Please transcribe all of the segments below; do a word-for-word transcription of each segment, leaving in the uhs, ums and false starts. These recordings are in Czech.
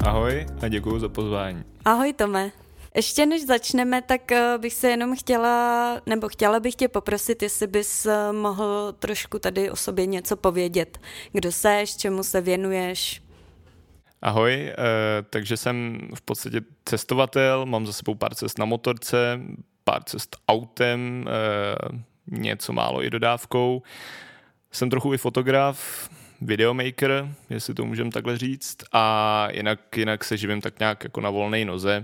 Ahoj a děkuju za pozvání. Ahoj Tome. Ještě než začneme, tak bych se jenom chtěla, nebo chtěla bych tě poprosit, jestli bys mohl trošku tady o sobě něco povědět. Kdo seš, čemu se věnuješ? Ahoj, eh, takže jsem v podstatě cestovatel, mám za sebou pár cest na motorce, pár cest autem, eh, něco málo i dodávkou. Jsem trochu i fotograf, videomaker, jestli to můžeme takhle říct, a jinak, jinak se živím tak nějak jako na volné noze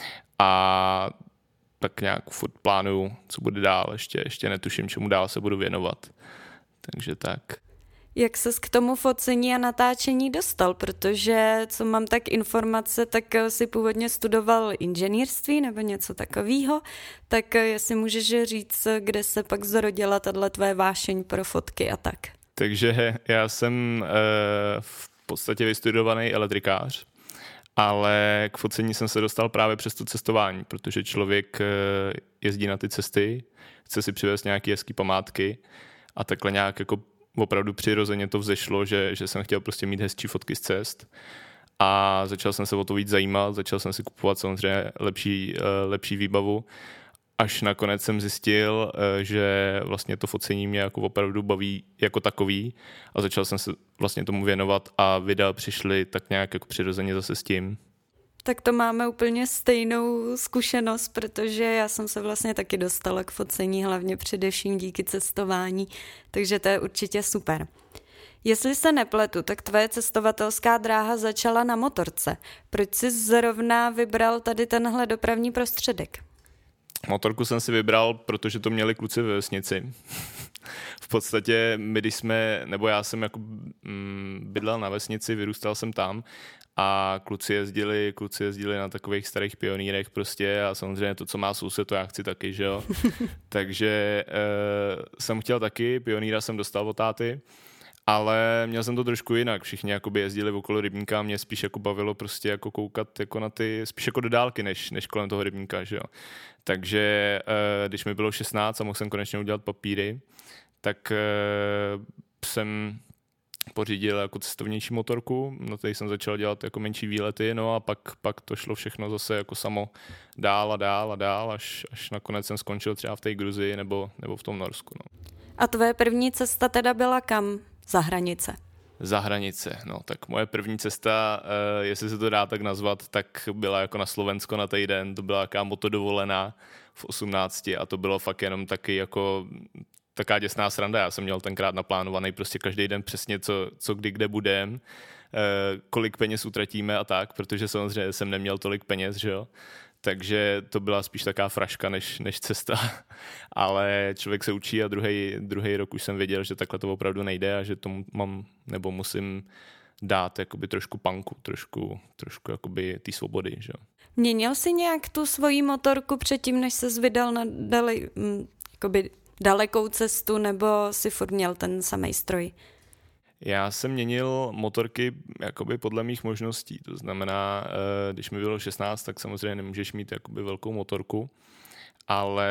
a tak nějak furt plánuju, co bude dál, ještě, ještě netuším, čemu dál se budu věnovat. Takže tak. Jak ses k tomu focení a natáčení dostal? Protože, co mám tak informace, tak si původně studoval inženýrství nebo něco takového, tak jestli můžeš říct, kde se pak zrodila tato tvoje vášeň pro fotky a tak. Takže já jsem e, v podstatě vystudovaný elektrikář, ale k focení jsem se dostal právě přes to cestování, protože člověk e, jezdí na ty cesty, chce si přivést nějaké hezké památky a takhle nějak jako opravdu přirozeně to vzešlo, že, že jsem chtěl prostě mít hezčí fotky z cest a začal jsem se o to víc zajímat, začal jsem si kupovat samozřejmě lepší, lepší výbavu, až nakonec jsem zjistil, že vlastně to focení mě jako opravdu baví jako takový a začal jsem se vlastně tomu věnovat a videa přišly tak nějak jako přirozeně zase s tím. Tak to máme úplně stejnou zkušenost, protože já jsem se vlastně taky dostala k focení, hlavně především díky cestování, takže to je určitě super. Jestli se nepletu, tak tvoje cestovatelská dráha začala na motorce. Proč jsi zrovna vybral tady tenhle dopravní prostředek? Motorku jsem si vybral, protože to měli kluci ve vesnici. V podstatě my, když jsme, nebo já jsem jako mm, bydlel na vesnici, vyrůstal jsem tam a kluci jezdili, kluci jezdili na takových starých pionýrech prostě a samozřejmě to, co má soused, to já chci taky, že jo. Takže e, jsem chtěl taky, pionýra jsem dostal od táty, ale měl jsem to trošku jinak. Všichni jakoby jezdili okolo rybníka a mě spíš jako bavilo prostě jako koukat jako na ty, spíš jako do dálky, než, než kolem toho rybníka, že jo. Takže e, když mi bylo šestnáct a mohl jsem konečně udělat papíry, tak e, jsem pořídil jako cestovnější motorku, na té jsem začal dělat jako menší výlety, no a pak, pak to šlo všechno zase jako samo dál a dál a dál, až, až nakonec jsem skončil třeba v té Gruzii nebo, nebo v tom Norsku. No. A tvoje první cesta teda byla kam? Za hranice? Za hranice, no tak moje první cesta, uh, jestli se to dá tak nazvat, tak byla jako na Slovensko na týden, to byla jaká motodovolená v osmnácti a to bylo fakt jenom taky jako taká děsná sranda. Já jsem měl tenkrát naplánovaný prostě každý den přesně, co, co kdy kde budem, eh, kolik peněz utratíme a tak, protože samozřejmě jsem neměl tolik peněz, že jo. Takže to byla spíš taká fraška než, než cesta. Ale člověk se učí a druhý, druhý rok už jsem věděl, že takhle to opravdu nejde a že tomu mám nebo musím dát jakoby trošku punku, trošku, trošku jakoby té svobody, že jo. Měnil jsi nějak tu svoji motorku předtím, než ses vydal na dali, m, jakoby dalekou cestu, nebo si furt měl ten samej stroj? Já jsem měnil motorky jakoby podle mých možností, to znamená, když mi bylo šestnáct, tak samozřejmě nemůžeš mít jakoby velkou motorku, ale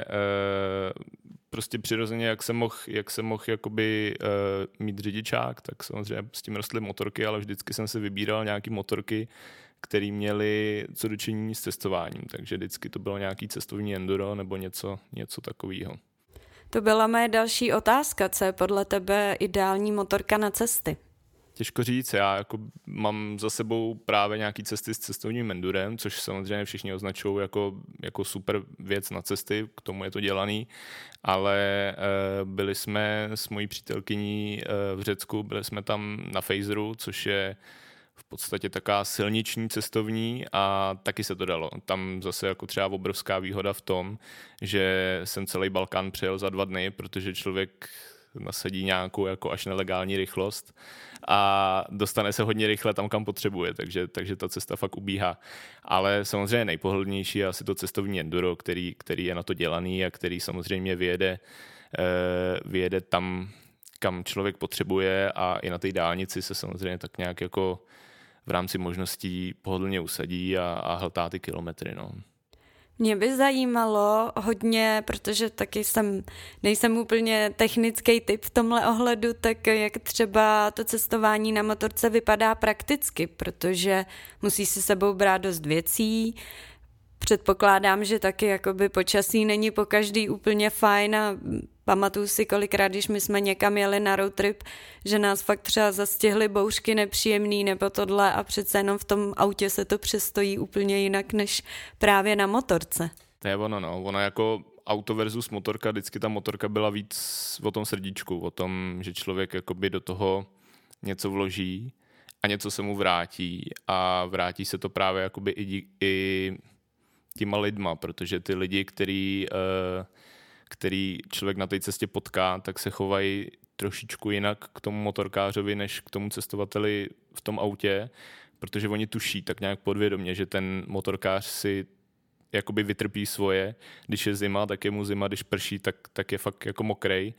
prostě přirozeně, jak jsem mohl, jak jsem mohl jakoby mít řidičák, tak samozřejmě s tím rostly motorky, ale vždycky jsem si vybíral nějaký motorky, které měly co dočinění s cestováním, takže vždycky to bylo nějaký cestovní enduro nebo něco, něco takového. To byla moje další otázka, co je podle tebe ideální motorka na cesty? Těžko říct, já jako mám za sebou právě nějaký cesty s cestovním endurem, což samozřejmě všichni označují jako, jako super věc na cesty, k tomu je to dělaný, ale e, byli jsme s mojí přítelkyní e, v Řecku, byli jsme tam na Fejzeru, což je v podstatě taká silniční cestovní a taky se to dalo. Tam zase jako třeba obrovská výhoda v tom, že jsem celý Balkán přejel za dva dny, protože člověk nasadí nějakou jako až nelegální rychlost a dostane se hodně rychle tam, kam potřebuje, takže, takže ta cesta fakt ubíhá. Ale samozřejmě nejpohodlnější je asi to cestovní enduro, který, který je na to dělaný a který samozřejmě vyjede, eh, vyjede tam, kam člověk potřebuje a i na té dálnici se samozřejmě tak nějak jako v rámci možností pohodlně usadí a, a hltá ty kilometry. No. Mě by zajímalo hodně, protože taky jsem, nejsem úplně technický typ v tomhle ohledu, tak jak třeba to cestování na motorce vypadá prakticky, protože musí si sebou brát dost věcí. Předpokládám, že taky jakoby počasí není po každý úplně fajn a pamatuju si kolikrát, když my jsme někam jeli na road trip, že nás fakt třeba zastihly bouřky nepříjemný nebo tohle a přece jenom v tom autě se to přestojí úplně jinak než právě na motorce. To je ono, no. Ono jako auto versus motorka, vždycky ta motorka byla víc o tom srdíčku, o tom, že člověk jakoby do toho něco vloží a něco se mu vrátí a vrátí se to právě jakoby i, dí, i těma lidma, protože ty lidi, který, který člověk na té cestě potká, tak se chovají trošičku jinak k tomu motorkářovi, než k tomu cestovateli v tom autě, protože oni tuší tak nějak podvědomě, že ten motorkář si jakoby vytrpí svoje. Když je zima, tak je mu zima, když prší, tak, tak je fakt jako mokrej.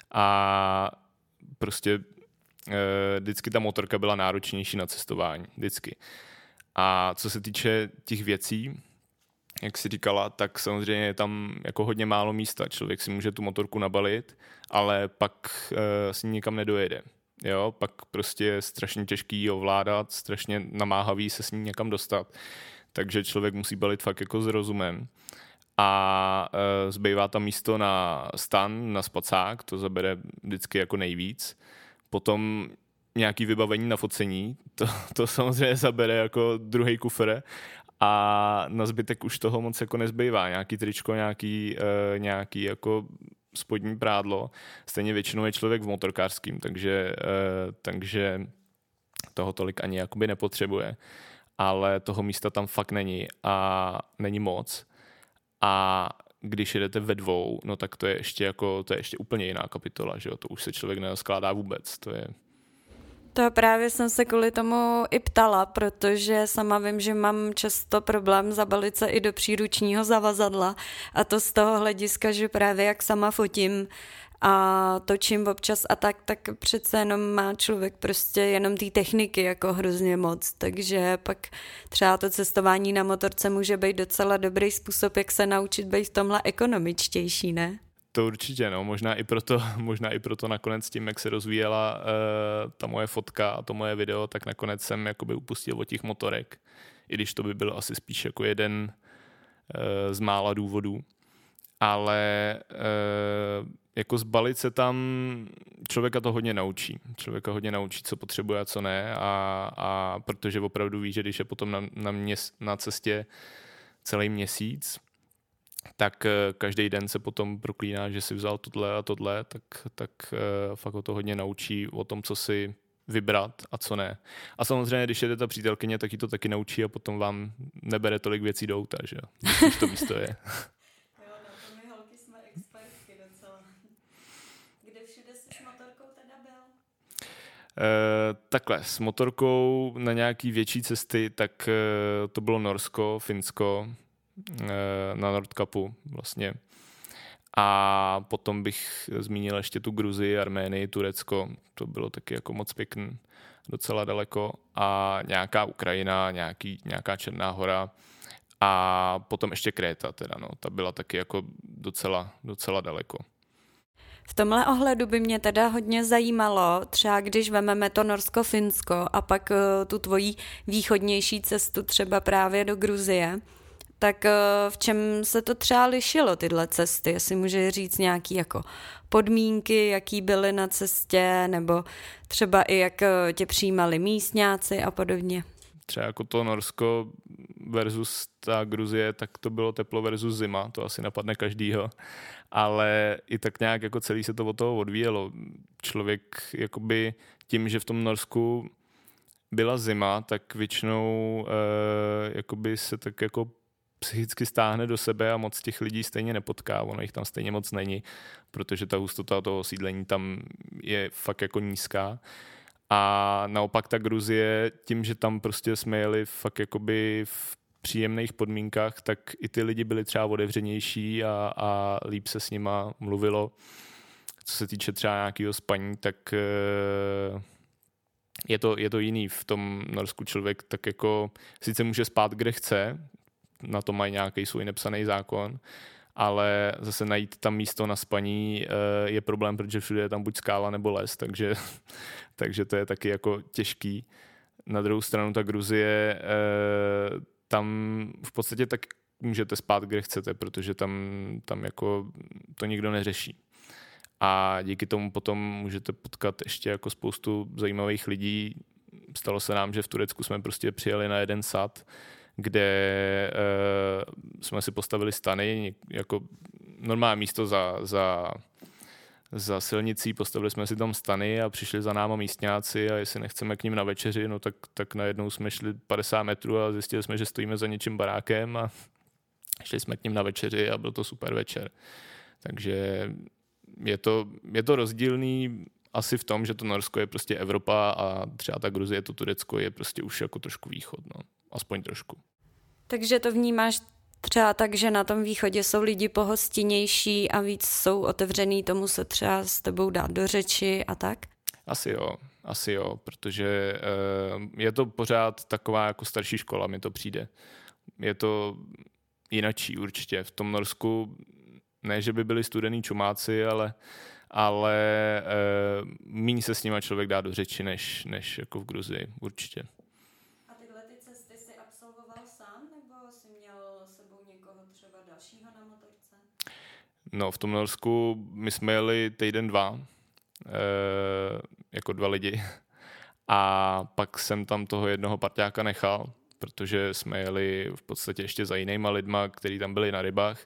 A prostě e, vždycky ta motorka byla náročnější na cestování. Vždycky. A co se týče těch věcí, jak jsi říkala, tak samozřejmě je tam jako hodně málo místa. Člověk si může tu motorku nabalit, ale pak e, s ní nikam nedojede. Jo? Pak prostě je strašně těžký ji ovládat, strašně namáhavý se s ní někam dostat. Takže člověk musí balit fakt jako s rozumem. A e, zbývá tam místo na stan, na spacák, to zabere vždycky jako nejvíc. Potom nějaký vybavení na focení, to, to samozřejmě zabere jako druhý kufr. A na zbytek už toho moc jako nezbývá. Nějaký tričko, nějaký, e, nějaký jako spodní prádlo. Stejně většinou je člověk v motorkářským, takže, e, takže toho tolik ani jakoby nepotřebuje. Ale toho místa tam fakt není a není moc. A když jedete ve dvou, no tak to je ještě jako, to je ještě úplně jiná kapitola, že jo? To už se člověk neskládá vůbec, to je... To právě jsem se kvůli tomu i ptala, protože sama vím, že mám často problém zabalit se i do příručního zavazadla a to z toho hlediska, že právě jak sama fotím a točím občas a tak, tak přece jenom má člověk prostě jenom té techniky jako hrozně moc, takže pak třeba to cestování na motorce může být docela dobrý způsob, jak se naučit být v tomhle ekonomičtější, ne? To určitě, no, možná i proto, možná i proto nakonec tím, jak se rozvíjela uh, ta moje fotka a to moje video, tak nakonec jsem jakoby upustil od těch motorek, i když to by byl asi spíš jako jeden uh, z mála důvodů. Ale uh, jako zbalit se tam, člověka to hodně naučí. Člověka hodně naučí, co potřebuje a co ne. A, a protože opravdu ví, že když je potom na, na, měs, na cestě celý měsíc, tak každý den se potom proklíná, že si vzal tohle a tohle, tak, tak uh, fakt ho to hodně naučí o tom, co si vybrat a co ne. A samozřejmě, když jede ta přítelkyně, tak ji to taky naučí a potom vám nebere tolik věcí do auta, že jo, když to místo je. Jo, na to my holky jsme expertky docela. Kde všude jsi s motorkou teda byl? Uh, takhle, s motorkou na nějaký větší cesty, tak uh, to bylo Norsko, Finsko, uh, na Nordkapu vlastně. A potom bych zmínil ještě tu Gruzii, Arménii, Turecko. To bylo taky jako moc pěkný, docela daleko. A nějaká Ukrajina, nějaký, nějaká Černá hora. A potom ještě Kréta teda, no. Ta byla taky jako docela, docela daleko. V tomhle ohledu by mě teda hodně zajímalo, třeba když vememe to Norsko-Finsko a pak uh, tu tvojí východnější cestu třeba právě do Gruzie, tak uh, v čem se to třeba lišilo tyhle cesty? Jestli může říct nějaký jako podmínky, jaký byly na cestě, nebo třeba i jak uh, tě přijímali místňáci a podobně. Třeba jako to Norsko versus ta Gruzie, tak to bylo teplo versus zima, to asi napadne každýho. Ale i tak nějak jako celý se to od toho odvíjelo. Člověk jakoby tím, že v tom Norsku byla zima, tak většinou e, jakoby se tak jako psychicky stáhne do sebe a moc těch lidí stejně nepotká, ono jich tam stejně moc není, protože ta hustota toho osídlení tam je fakt jako nízká. A naopak ta Gruzie, tím, že tam prostě jsme jeli fakt jakoby v příjemných podmínkách, tak i ty lidi byli třeba otevřenější a, a líp se s nima mluvilo. Co se týče třeba nějakého spaní, tak je to, je to jiný. V tom Norsku člověk tak jako sice může spát, kde chce, na to mají nějaký svůj nepsaný zákon, ale zase najít tam místo na spaní je problém, protože všude je tam buď skála nebo les, takže, takže to je taky jako těžký. Na druhou stranu ta Gruzie, tam v podstatě tak můžete spát, kde chcete, protože tam, tam jako to nikdo neřeší. A díky tomu potom můžete potkat ještě jako spoustu zajímavých lidí. Stalo se nám, že v Turecku jsme prostě přijeli na jeden sad, kde e, jsme si postavili stany, jako normální místo za, za, za silnicí, postavili jsme si tam stany a přišli za náma místňáci a jestli nechceme k ním na večeři, no tak, tak najednou jsme šli padesát metrů a zjistili jsme, že stojíme za něčím barákem a šli jsme k ním na večeři a byl to super večer. Takže je to, je to rozdílný asi v tom, že to Norsko je prostě Evropa a třeba ta Gruzie, to Turecko je prostě už jako trošku východ, no. Aspoň trošku. Takže to vnímáš třeba tak, že na tom východě jsou lidi pohostinnější a víc jsou otevřený tomu se třeba s tebou dát do řeči a tak? Asi jo, asi jo, protože uh, je to pořád taková jako starší škola, mi to přijde. Je to jinačí určitě. V tom Norsku ne, že by byli studený čumáci, ale, ale uh, míň se s nima člověk dá do řeči, než, než jako v Gruzii, určitě. A tyhle ty cesty si absolvoval sám, nebo jsi měl s sebou někoho třeba dalšího na motorce? No, v tom Norsku my jsme jeli týden dva, uh, jako dva lidi. A pak jsem tam toho jednoho parťáka nechal, protože jsme jeli v podstatě ještě za jinýma lidma, kteří tam byli na rybách,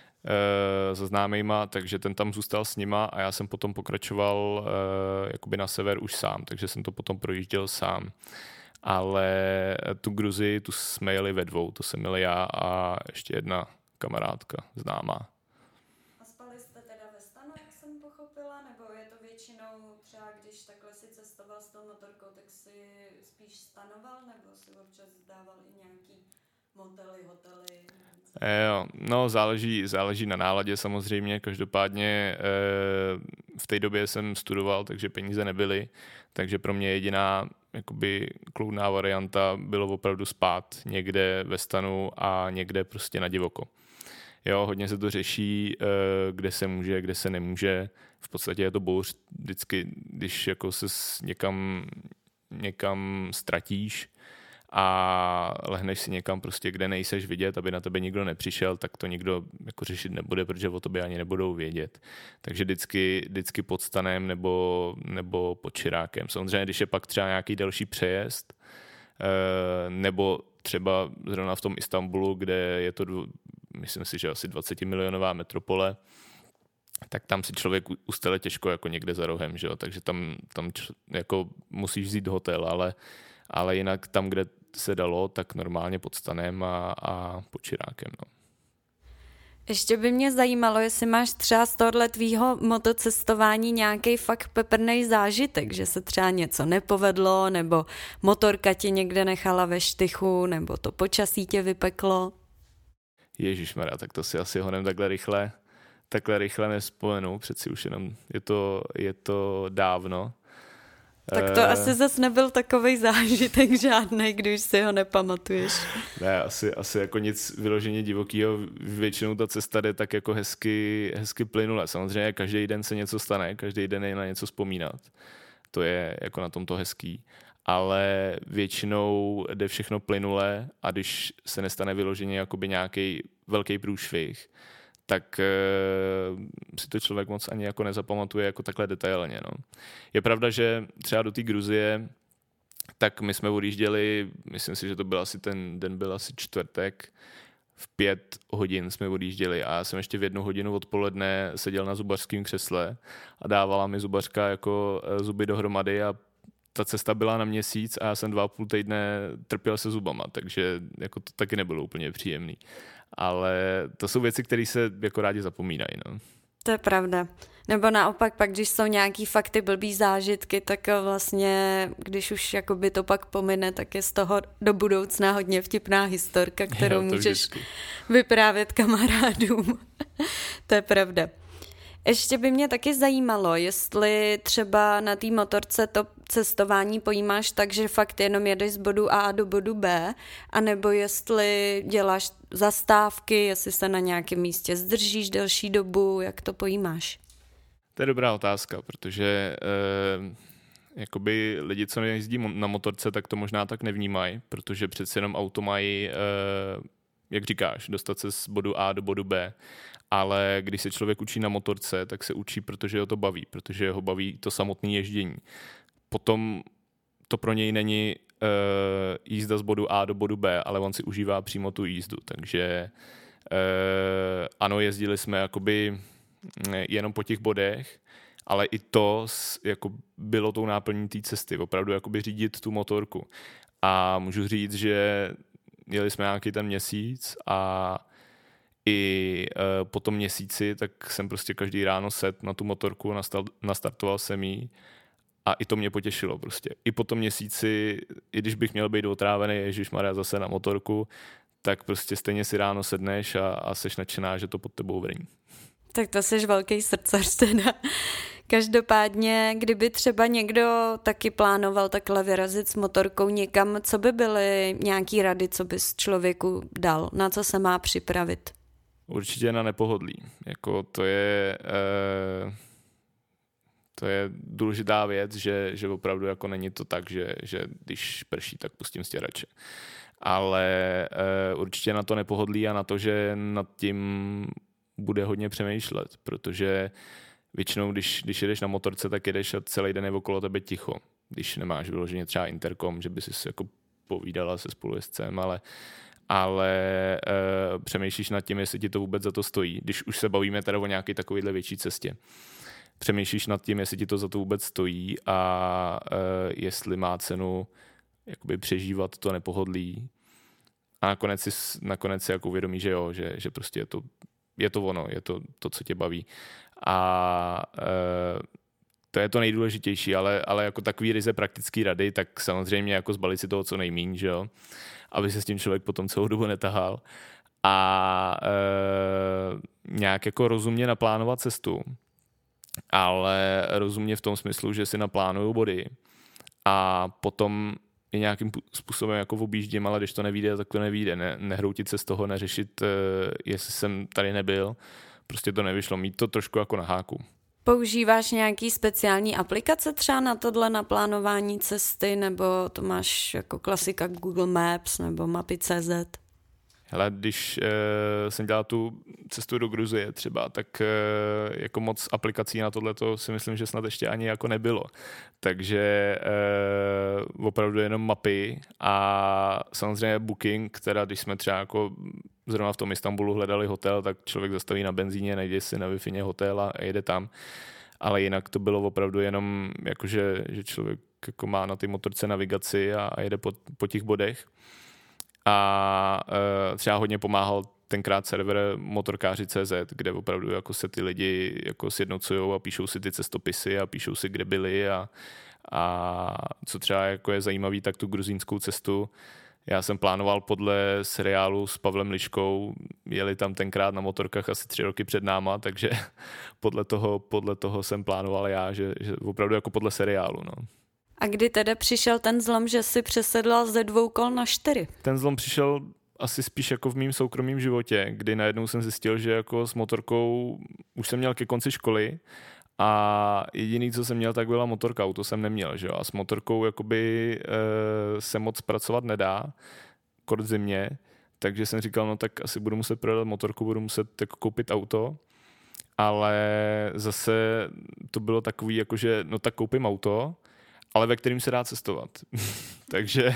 se známejma, takže ten tam zůstal s nima a já jsem potom pokračoval uh, jakoby na sever už sám, takže jsem to potom projížděl sám. Ale tu Gruzii, tu jsme jeli ve dvou, to jsem jel já a ještě jedna kamarádka známá. A spali jste teda ve stanu, jak jsem pochopila, nebo je to většinou třeba, když takhle si cestoval s tou motorkou, tak si spíš stanoval, nebo si občas dával i nějaký motely, hotely? Jo, no záleží, záleží na náladě samozřejmě, každopádně v té době jsem studoval, takže peníze nebyly, takže pro mě jediná jakoby kloudná varianta bylo opravdu spát někde ve stanu a někde prostě na divoko. Jo, hodně se to řeší, kde se může, kde se nemůže, v podstatě je to bouř vždycky, když jako se někam, někam ztratíš, a lehneš si někam prostě, kde nejseš vidět, aby na tebe nikdo nepřišel, tak to nikdo jako řešit nebude, protože o tobě ani nebudou vědět. Takže vždycky, vždycky pod stanem nebo, nebo pod čirákem. Samozřejmě, když je pak třeba nějaký další přejezd, nebo třeba zrovna v tom Istanbulu, kde je to, myslím si, že asi dvacetimilionová metropole, tak tam si člověk ustele těžko jako někde za rohem, že jo? Takže tam, tam č- jako musíš vzít hotel, ale ale jinak tam, kde se dalo, tak normálně pod stanem a, a pod čirákem. No. Ještě by mě zajímalo, jestli máš třeba z tohohle tvýho motocestování nějaký fakt peprnej zážitek, že se třeba něco nepovedlo, nebo motorka tě někde nechala ve štychu, nebo to počasí tě vypeklo. Ježišmarja, tak to si asi honem takhle rychle, takhle rychle nespomenu, přeci už jenom je to, je to dávno. Tak to uh, asi zas nebyl takovej zážitek žádnej, když si ho nepamatuješ. Ne, asi, asi jako nic vyloženě divokýho. Většinou ta cesta jde tak jako hezky, hezky plynule. Samozřejmě každý den se něco stane, každý den je na něco vzpomínat. To je jako na tomto hezký. Ale většinou jde všechno plynule a když se nestane vyloženě jakoby nějaký velký průšvih, tak e, si to člověk moc ani jako nezapamatuje jako takhle detailně. No. Je pravda, že třeba do té Gruzie, tak my jsme odjížděli, myslím si, že to byl asi ten den, byl asi čtvrtek, v pět hodin jsme odjížděli a já jsem ještě v jednu hodinu odpoledne seděl na zubařském křesle a dávala mi zubařka jako zuby dohromady a ta cesta byla na měsíc a já jsem dva a půl týdne trpěl se zubama, takže jako to taky nebylo úplně příjemný. Ale to jsou věci, které se jako rádi zapomínají. No. To je pravda. Nebo naopak pak, když jsou nějaký fakty blbý zážitky, tak vlastně, když už jakoby to pak pomine, tak je z toho do budoucna hodně vtipná historka, kterou jo, můžeš vždycky vyprávět kamarádům. To je pravda. Ještě by mě taky zajímalo, jestli třeba na té motorce to cestování pojímáš tak, že fakt jenom jedeš z bodu A do bodu B, anebo jestli děláš zastávky, jestli se na nějakém místě zdržíš delší dobu, jak to pojímáš? To je dobrá otázka, protože eh, jakoby lidi, co nejezdí na motorce, tak to možná tak nevnímají, protože přece jenom auto mají, eh, jak říkáš, dostat se z bodu A do bodu B. Ale když se člověk učí na motorce, tak se učí, protože ho to baví, protože ho baví to samotné ježdění. Potom to pro něj není uh, jízda z bodu A do bodu B, ale on si užívá přímo tu jízdu. Takže uh, ano, jezdili jsme jakoby jenom po těch bodech, ale i to jako bylo tou náplní té cesty, opravdu jakoby řídit tu motorku. A můžu říct, že jeli jsme nějaký ten měsíc a i e, po tom měsíci, tak jsem prostě každý ráno set na tu motorku, nastal, nastartoval jsem ji a i to mě potěšilo prostě. I po tom měsíci, i když bych měl být otrávený, ježišmarja, zase na motorku, tak prostě stejně si ráno sedneš a, a seš nadšená, že to pod tebou vrní. Tak to seš velký srdcař teda. Každopádně, kdyby třeba někdo taky plánoval takhle vyrazit s motorkou někam, co by byly nějaký rady, co bys člověku dal, na co se má připravit? Určitě na nepohodlí. Jako to je eh, to je důležitá věc, že, že opravdu jako není to tak, že, že když prší, tak pustím stěrače. Ale eh, určitě na to nepohodlí a na to, že nad tím bude hodně přemýšlet, protože většinou, když, když jedeš na motorce, tak jedeš a celý den je okolo tebe ticho. Když nemáš vyloženě třeba interkom, že by si jako povídala se spolujezdcem, ale ale e, přemýšlíš nad tím, jestli ti to vůbec za to stojí. Když už se bavíme teda o nějaké takovéhle větší cestě. Přemýšlíš nad tím, jestli ti to za to vůbec stojí a e, jestli má cenu jakoby přežívat to nepohodlí. A nakonec si, nakonec si jako uvědomí, že jo, že, že prostě je to, je to ono, je to to, co tě baví. A e, to je to nejdůležitější, ale, ale jako takový ryze praktický rady, tak samozřejmě jako zbalit si toho co nejmíň, že jo, aby se s tím člověk potom celou dobu netahal a e, nějak jako rozumně naplánovat cestu, ale rozumně v tom smyslu, že si naplánuju body a potom je nějakým způsobem jako objíždím, ale když to nevyjde, tak to nevyjde. Ne, nehroutit se z toho, neřešit, e, jestli jsem tady nebyl, prostě to nevyšlo, mít to trošku jako na háku. Používáš nějaký speciální aplikace třeba na tohle naplánování cesty, nebo to máš jako klasika Google Maps nebo mapy tečka cé zet? Hele, když e, jsem dělal tu cestu do Gruzie třeba, tak e, jako moc aplikací na tohleto si myslím, že snad ještě ani jako nebylo. Takže e, opravdu jenom mapy a samozřejmě Booking, teda když jsme třeba jako zrovna v tom Istanbulu hledali hotel, tak člověk zastaví na benzíně, najde si na Wi-Fi hotel a jede tam. Ale jinak to bylo opravdu jenom jakože, že člověk jako má na ty motorce navigaci a, a jede po, po těch bodech. A e, třeba hodně pomáhal tenkrát server motorkáři tečka cé zet, kde opravdu jako se ty lidi jako sjednocujou a píšou si ty cestopisy a píšou si, kde byli a, a co třeba jako je zajímavý, tak tu gruzínskou cestu já jsem plánoval podle seriálu s Pavlem Liškou, jeli tam tenkrát na motorkách asi tři roky před náma, takže podle toho, podle toho jsem plánoval já, že, že opravdu jako podle seriálu. No. A kdy teda přišel ten zlom, že jsi přesedlal ze dvou kol na čtyři? Ten zlom přišel asi spíš jako v mým soukromém životě, kdy najednou jsem zjistil, že jako s motorkou už jsem měl ke konci školy a jediný, co jsem měl, tak byla motorka, auto jsem neměl, že jo? A s motorkou jakoby e, se moc pracovat nedá, kort v zimě, takže jsem říkal, no tak asi budu muset prodat motorku, budu muset jako koupit auto, ale zase to bylo takový, jakože no tak koupím auto, ale ve kterým se dá cestovat. takže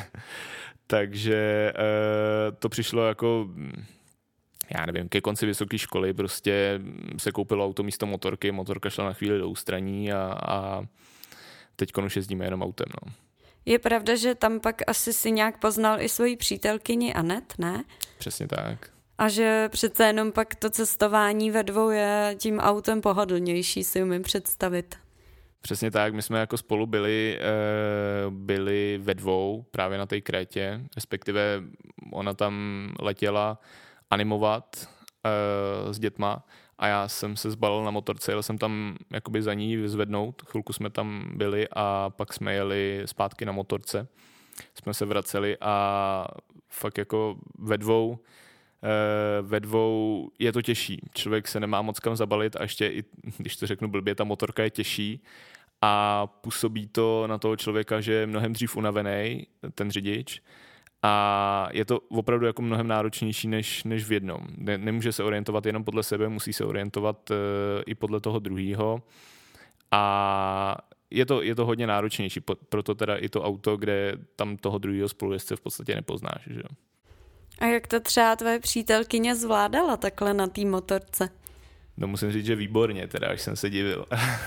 takže e, to přišlo jako... já nevím, ke konci vysoké školy prostě se koupilo auto místo motorky, motorka šla na chvíli do ústraní a, a teď už jezdíme jenom autem. No. Je pravda, že tam pak asi si nějak poznal i svoji přítelkyni Anet, ne? Přesně tak. A že přece jenom pak to cestování ve dvou je tím autem pohodlnější, si umím představit. Přesně tak, my jsme jako spolu byli, byli ve dvou právě na té Krétě, respektive ona tam letěla animovat uh, s dětma a já jsem se zbalil na motorce, jel jsem tam jakoby za ní vyzvednout, chvilku jsme tam byli a pak jsme jeli zpátky na motorce, jsme se vraceli a fakt jako ve dvou, ve dvou je to těžší, člověk se nemá moc kam zabalit a ještě, i, když to řeknu blbě, ta motorka je těžší a působí to na toho člověka, že je mnohem dřív unavený, ten řidič, a je to opravdu jako mnohem náročnější než, než v jednom. Ne, nemůže se orientovat jenom podle sebe, musí se orientovat uh, i podle toho druhýho a je to, je to hodně náročnější, proto teda i to auto, kde tam toho druhého spolujezdce v podstatě nepoznáš. Že? A jak to třeba tvoje přítelkyně zvládala takhle na té motorce? No musím říct, že výborně, teda až jsem se divil.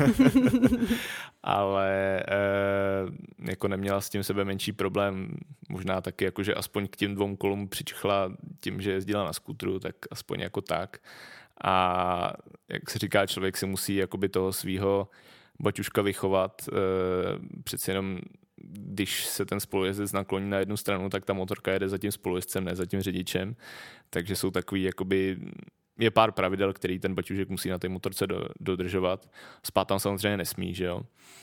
Ale e, jako neměla s tím sebe menší problém, možná taky jako, že aspoň k těm dvou kolům přičchla tím, že jezdila na skútru, tak aspoň jako tak. A jak se říká, člověk si musí jakoby toho svýho baťuška vychovat. E, přeci jenom, když se ten spolujezdec nakloní na jednu stranu, tak ta motorka jede za tím spolujezdcem, ne za tím řidičem. Takže jsou takový jakoby... Je pár pravidel, který ten baťužek musí na té motorce do, dodržovat. Spát tam samozřejmě nesmí, že jo.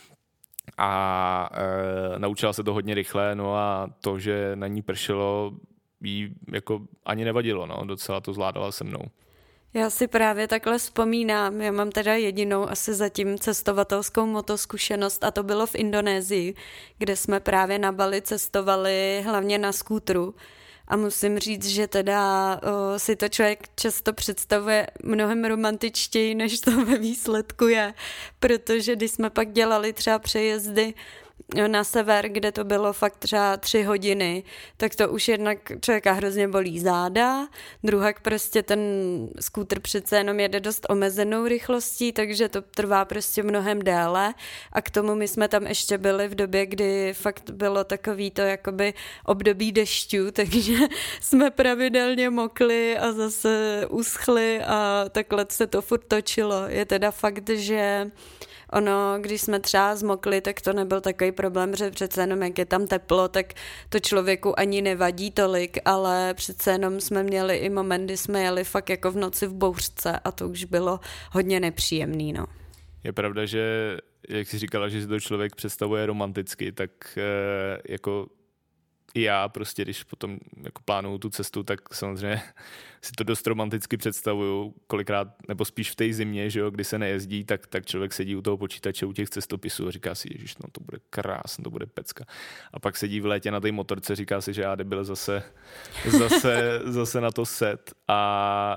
A e, naučila se to hodně rychle, no a to, že na ní pršelo, jí jako ani nevadilo, no. Docela to zvládala se mnou. Já si právě takhle vzpomínám, já mám teda jedinou asi zatím cestovatelskou motoskušenost a to bylo v Indonésii, kde jsme právě na Bali cestovali hlavně na skútru. A musím říct, že teda o, si to člověk často představuje mnohem romantičtěji, než to ve výsledku je. Protože když jsme pak dělali třeba přejezdy na sever, kde to bylo fakt třeba tři hodiny, tak to už jednak člověka hrozně bolí záda, druhak prostě ten skútr přece jenom jede dost omezenou rychlostí, takže to trvá prostě mnohem déle a k tomu my jsme tam ještě byli v době, kdy fakt bylo takový to jakoby období dešťů, takže jsme pravidelně mokli a zase uschli a takhle se to furt točilo. Je teda fakt, že ono, když jsme třeba zmokli, tak to nebyl takový problém, že přece jenom jak je tam teplo, tak to člověku ani nevadí tolik, ale přece jenom jsme měli i moment, kdy jsme jeli fakt jako v noci v bouřce a to už bylo hodně nepříjemný, no. Je pravda, že jak jsi říkala, že si to člověk představuje romanticky, tak e, jako i já prostě, když potom jako plánuju tu cestu, tak samozřejmě si to dost romanticky představuju, kolikrát, nebo spíš v té zimě, že jo, kdy se nejezdí, tak, tak člověk sedí u toho počítače, u těch cestopisů a říká si, ježiš, no to bude krásné, to bude pecka. A pak sedí v létě na té motorce, říká si, že já debil zase, zase, zase na to set. A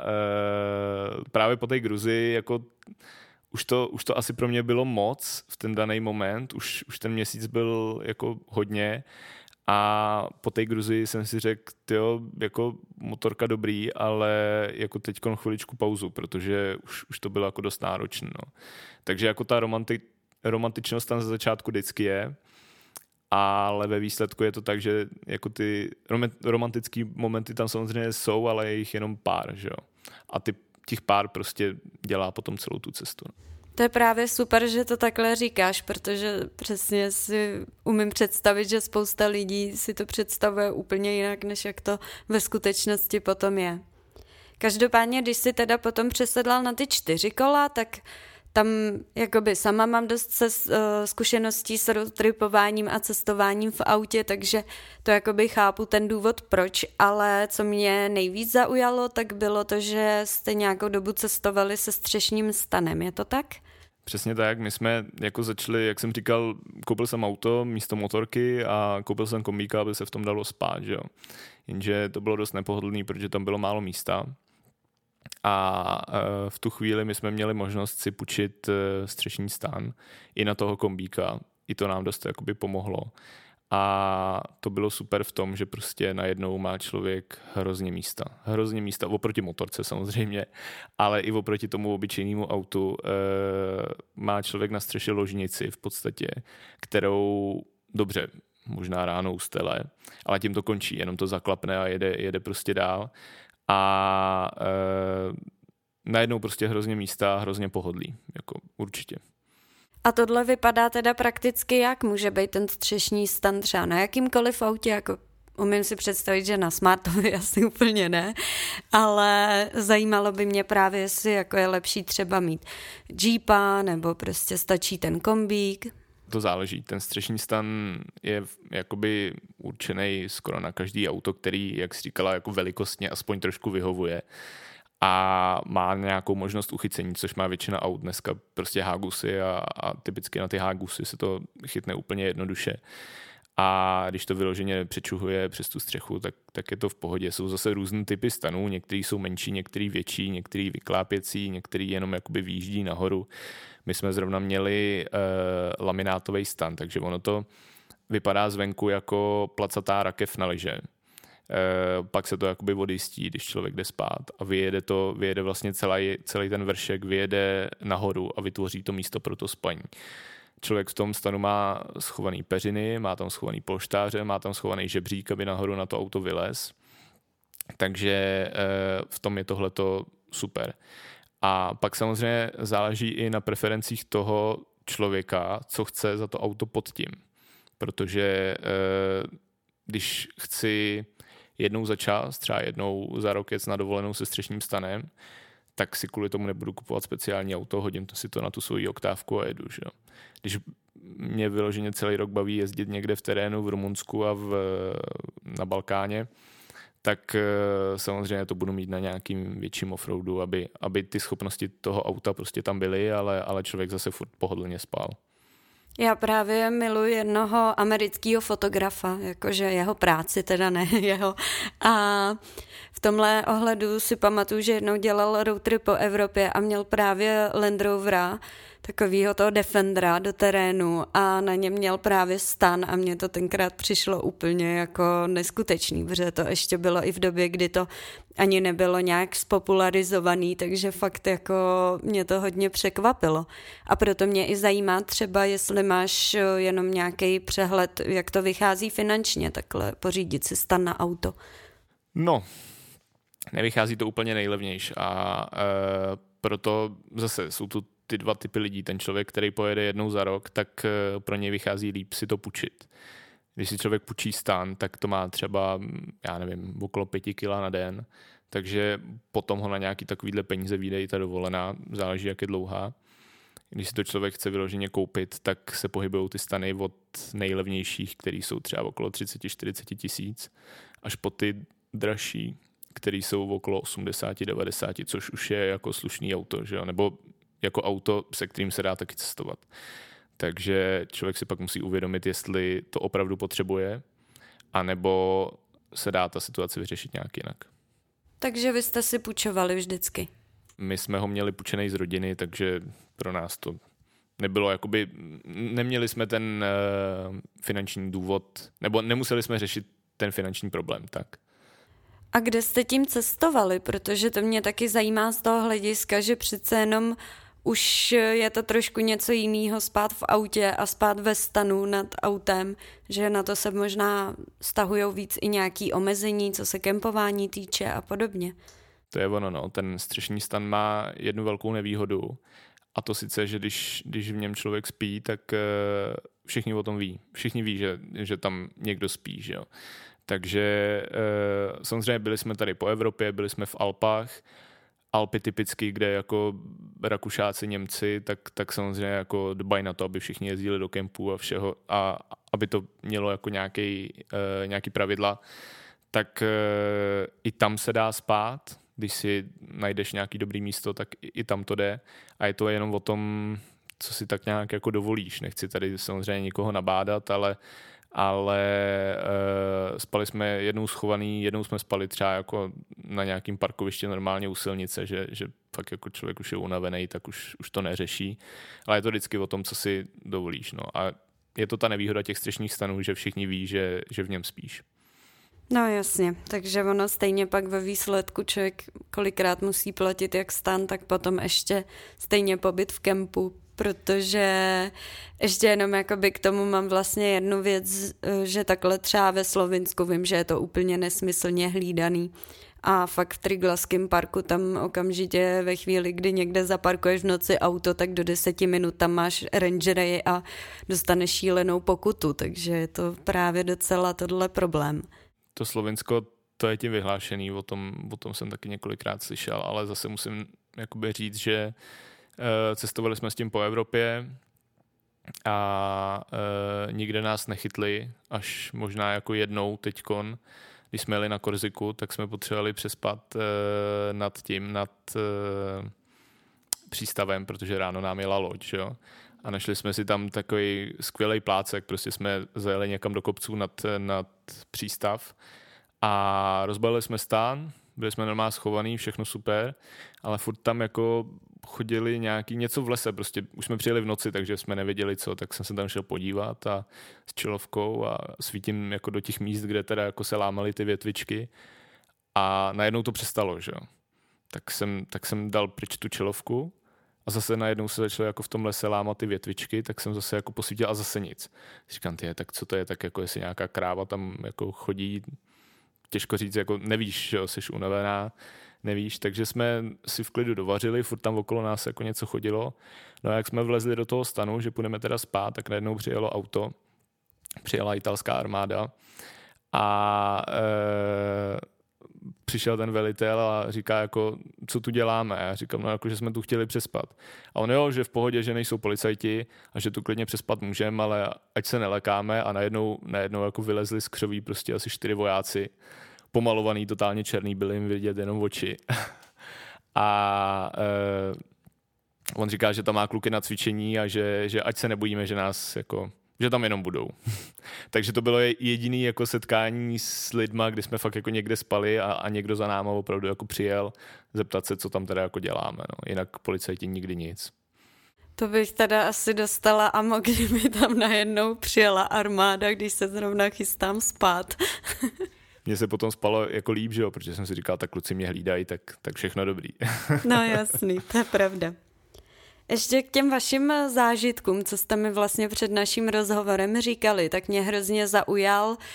e, právě po té Gruzii, jako už to, už to asi pro mě bylo moc v ten daný moment, už, už ten měsíc byl jako hodně. A po té Gruzii jsem si řekl, tyjo, jako motorka dobrý, ale jako teďkon chviličku pauzu, protože už, už to bylo jako dost náročné. No. Takže jako ta romanti- romantičnost tam ze začátku vždycky je, ale ve výsledku je to tak, že jako ty romantické momenty tam samozřejmě jsou, ale je jich jenom pár, že jo. A ty, těch pár prostě dělá potom celou tu cestu. No. To je právě super, že to takhle říkáš, protože přesně si umím představit, že spousta lidí si to představuje úplně jinak, než jak to ve skutečnosti potom je. Každopádně, když si teda potom přesedlal na ty čtyři kola, tak tam jakoby sama mám dost se, uh, zkušeností s roadtripováním a cestováním v autě, takže to jakoby chápu ten důvod proč, ale co mě nejvíc zaujalo, tak bylo to, že jste nějakou dobu cestovali se střešním stanem, je to tak? Přesně tak, my jsme jako začali, jak jsem říkal, koupil jsem auto místo motorky a koupil jsem kombíka, aby se v tom dalo spát, že jo. Jenže to bylo dost nepohodlný, protože tam bylo málo místa. A v tu chvíli my jsme měli možnost si půjčit střešní stan i na toho kombíka. I to nám dost jakoby pomohlo. A to bylo super v tom, že prostě najednou má člověk hrozně místa. Hrozně místa, oproti motorce samozřejmě, ale i oproti tomu obyčejnému autu e, má člověk na střeše ložnici v podstatě, kterou dobře, možná ráno ustele, ale tím to končí, jenom to zaklapne a jede, jede prostě dál. A e, najednou prostě hrozně místa, hrozně pohodlí, jako určitě. A tohle vypadá teda prakticky jak? Může být ten střešní stan třeba na jakýmkoliv autě, jako Umím si představit, že na Smartovi asi úplně ne, ale zajímalo by mě právě, jestli jako je lepší třeba mít Jeepa, nebo prostě stačí ten kombík. To záleží. Ten střešní stan je jakoby určený skoro na každý auto, který, jak jsi říkala, jako velikostně aspoň trošku vyhovuje a má nějakou možnost uchycení, což má většina aut dneska, prostě Hagusy a, a typicky na ty Hagusy se to chytne úplně jednoduše. A když to vyloženě přečuhuje přes tu střechu, tak, tak je to v pohodě. Jsou zase různé typy stanů, některý jsou menší, některý větší, některý vyklápěcí, některý jenom jakoby výjíždí nahoru. My jsme zrovna měli uh, laminátový stan, takže ono to vypadá zvenku jako placatá rakev na lyže. Uh, pak se to jakoby odjistí, když člověk jde spát a vyjede to, vyjede vlastně celý, celý ten vršek, vyjede nahoru a vytvoří to místo pro to spaní. Člověk v tom stanu má schovaný peřiny, má tam schovaný polštáře, má tam schovaný žebřík, aby nahoru na to auto vylez. Takže v tom je tohleto super. A pak samozřejmě záleží i na preferencích toho člověka, co chce za to auto pod tím. Protože když chci jednou za čas, třeba jednou za rok jet na dovolenou se střešním stanem, tak si kvůli tomu nebudu kupovat speciální auto, hodím to si to na tu svoji oktávku a jedu. Že? Když mě vyloženě celý rok baví jezdit někde v terénu v Rumunsku a v, na Balkáně, tak samozřejmě to budu mít na nějakým větším offroadu, aby, aby ty schopnosti toho auta prostě tam byly, ale, ale člověk zase furt pohodlně spal. Já právě miluji jednoho amerického fotografa, jakože jeho práci, teda ne jeho. A v tomhle ohledu si pamatuju, že jednou dělal road trip po Evropě a měl právě Land Rovera, takovýho toho Defendera do terénu a na něm měl právě stan a mně to tenkrát přišlo úplně jako neskutečný, protože to ještě bylo i v době, kdy to ani nebylo nějak spopularizovaný, takže fakt jako mě to hodně překvapilo. A proto mě i zajímá třeba, jestli máš jenom nějaký přehled, jak to vychází finančně, takhle pořídit si stan na auto. No, nevychází to úplně nejlevnější a e, proto zase jsou tu ty dva typy lidí. Ten člověk, který pojede jednou za rok, tak pro něj vychází líp si to půjčit. Když si člověk půjčí stan, tak to má třeba, já nevím, okolo pěti kila na den, takže potom ho na nějaký takovýhle peníze vyjde i ta dovolená, záleží, jak je dlouhá. Když si to člověk chce vyloženě koupit, tak se pohybují ty stany od nejlevnějších, který jsou třeba okolo třicet až čtyřicet tisíc, až po ty dražší, který jsou okolo osmdesát až devadesát, což už je jako slušný auto, že jo? Nebo jako auto, se kterým se dá taky cestovat. Takže člověk si pak musí uvědomit, jestli to opravdu potřebuje, anebo se dá ta situace vyřešit nějak jinak. Takže vy jste si půjčovali vždycky? My jsme ho měli půjčený z rodiny, takže pro nás to nebylo jakoby, neměli jsme ten uh, finanční důvod, nebo nemuseli jsme řešit ten finanční problém, tak. A kde jste tím cestovali? Protože to mě taky zajímá z toho hlediska, že přece jenom už je to trošku něco jiného spát v autě a spát ve stanu nad autem, že na to se možná stahujou víc i nějaký omezení, co se kempování týče a podobně. To je ono, no. Ten střešní stan má jednu velkou nevýhodu a to sice, že když, když v něm člověk spí, tak uh, všichni o tom ví. Všichni ví, že, že tam někdo spí, že jo. Takže uh, samozřejmě byli jsme tady po Evropě, byli jsme v Alpách, Alpy typicky, kde jako Rakušáci, Němci, tak, tak samozřejmě jako dbají na to, aby všichni jezdili do kempu a všeho a aby to mělo jako nějaký, uh, nějaký pravidla, tak uh, i tam se dá spát, když si najdeš nějaký dobrý místo, tak i, i tam to jde a je to jenom o tom, co si tak nějak jako dovolíš. Nechci tady samozřejmě nikoho nabádat, ale ale uh, spali jsme jednou schovaný, jednou jsme spali třeba jako na nějakém parkovišti normálně u silnice, že, že fakt jako člověk už je unavený, tak už, už to neřeší. Ale je to vždycky o tom, co si dovolíš. No. A je to ta nevýhoda těch střešních stanů, že všichni ví, že, že v něm spíš. No jasně, takže ono stejně pak ve výsledku člověk kolikrát musí platit jak stan, tak potom ještě stejně pobyt v kempu, protože ještě jenom jakoby k tomu mám vlastně jednu věc, že takhle třeba ve Slovinsku vím, že je to úplně nesmyslně hlídaný a fakt v Triglavském parku tam okamžitě ve chvíli, kdy někde zaparkuješ v noci auto, tak do deseti minut tam máš rangery a dostaneš šílenou pokutu, takže je to právě docela tohle problém. to Slovinsko, to je tím vyhlášený, o tom, o tom jsem taky několikrát slyšel, ale zase musím jakoby říct, že uh, cestovali jsme s tím po Evropě a uh, nikde nás nechytli, až možná jako jednou teďkon, když jsme jeli na Korziku, tak jsme potřebovali přespat uh, nad tím, nad uh, přístavem, protože ráno nám jela loď, jo. A našli jsme si tam takový skvělý plácek, prostě jsme zajeli někam do kopců nad, nad přístav a rozbalili jsme stán, byli jsme normálně schovaný, všechno super, ale furt tam jako chodili nějaký něco v lese, prostě už jsme přijeli v noci, takže jsme nevěděli co, tak jsem se tam šel podívat a s čelovkou a svítím jako do těch míst, kde teda jako se lámaly ty větvičky a najednou to přestalo, že jo. Tak jsem, tak jsem dal pryč tu čelovku a zase najednou se začaly jako v tom lese lámat ty větvičky, tak jsem zase jako posvítil a zase nic. Říkám, ty, tak co to je, tak jako jestli nějaká kráva tam jako chodí, těžko říct, jako nevíš, že jo, jsi unavená, nevíš, takže jsme si v klidu dovařili, furt tam okolo nás jako něco chodilo. No a jak jsme vlezli do toho stanu, že půjdeme teda spát, tak najednou přijelo auto, přijela italská armáda a e, přišel ten velitel a říká jako, co tu děláme? A já říkám, no jako, že jsme tu chtěli přespat. A on jo, že v pohodě, že nejsou policajti a že tu klidně přespat můžeme, ale ať se nelekáme a najednou, najednou jako vylezli z křoví prostě asi čtyři vojáci, pomalovaný, totálně černý, byli jim vidět jenom oči. a e, on říká, že tam má kluky na cvičení a že, že ať se nebojíme, že nás jako že tam jenom budou. Takže to bylo jediné jako setkání s lidma, kdy jsme fakt jako někde spali a, a někdo za náma opravdu jako přijel zeptat se, co tam teda jako děláme. No. Jinak policajti nikdy nic. To bych teda asi dostala amok, kdyby tam najednou přijela armáda, když se zrovna chystám spát. Mně se potom spalo jako líp, že jo, protože jsem si říkal, tak kluci mě hlídají, tak, tak všechno dobrý. No jasný, to je pravda. Ještě k těm vašim zážitkům, co jste mi vlastně před naším rozhovorem říkali, tak mě hrozně zaujal uh,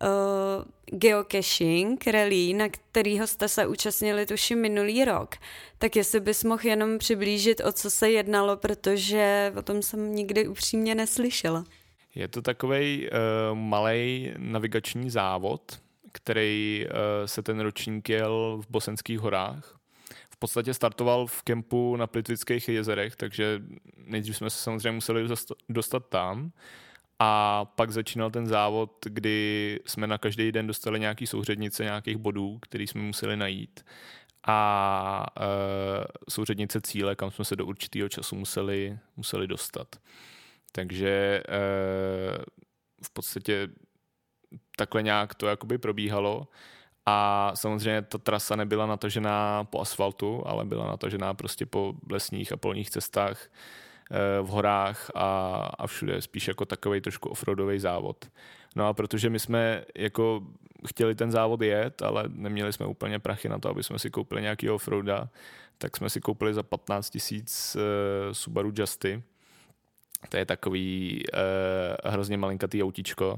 geocaching rally, na kterýho jste se účastnili tuším minulý rok. Tak jestli bys mohl jenom přiblížit, o co se jednalo, protože o tom jsem nikdy upřímně neslyšela. Je to takovej uh, malej navigační závod, který uh, se ten ročník jel v Bosenských horách. V podstatě startoval v kempu na Plitvických jezerech, takže nejdřív jsme se samozřejmě museli dostat tam a pak začínal ten závod, kdy jsme na každý den dostali nějaký souřadnice nějakých bodů, který jsme museli najít a e, souřadnice cíle, kam jsme se do určitého času museli, museli dostat. Takže e, v podstatě takhle nějak to jakoby probíhalo. A samozřejmě ta trasa nebyla natažená po asfaltu, ale byla natažená prostě po lesních a polních cestách v horách a, a všude, spíš jako takovej trošku offroadový závod. No a protože my jsme jako chtěli ten závod jet, ale neměli jsme úplně prachy na to, aby jsme si koupili nějaký offroada, tak jsme si koupili za patnáct tisíc uh, Subaru Justy. To je takový uh, hrozně malinkatý autíčko.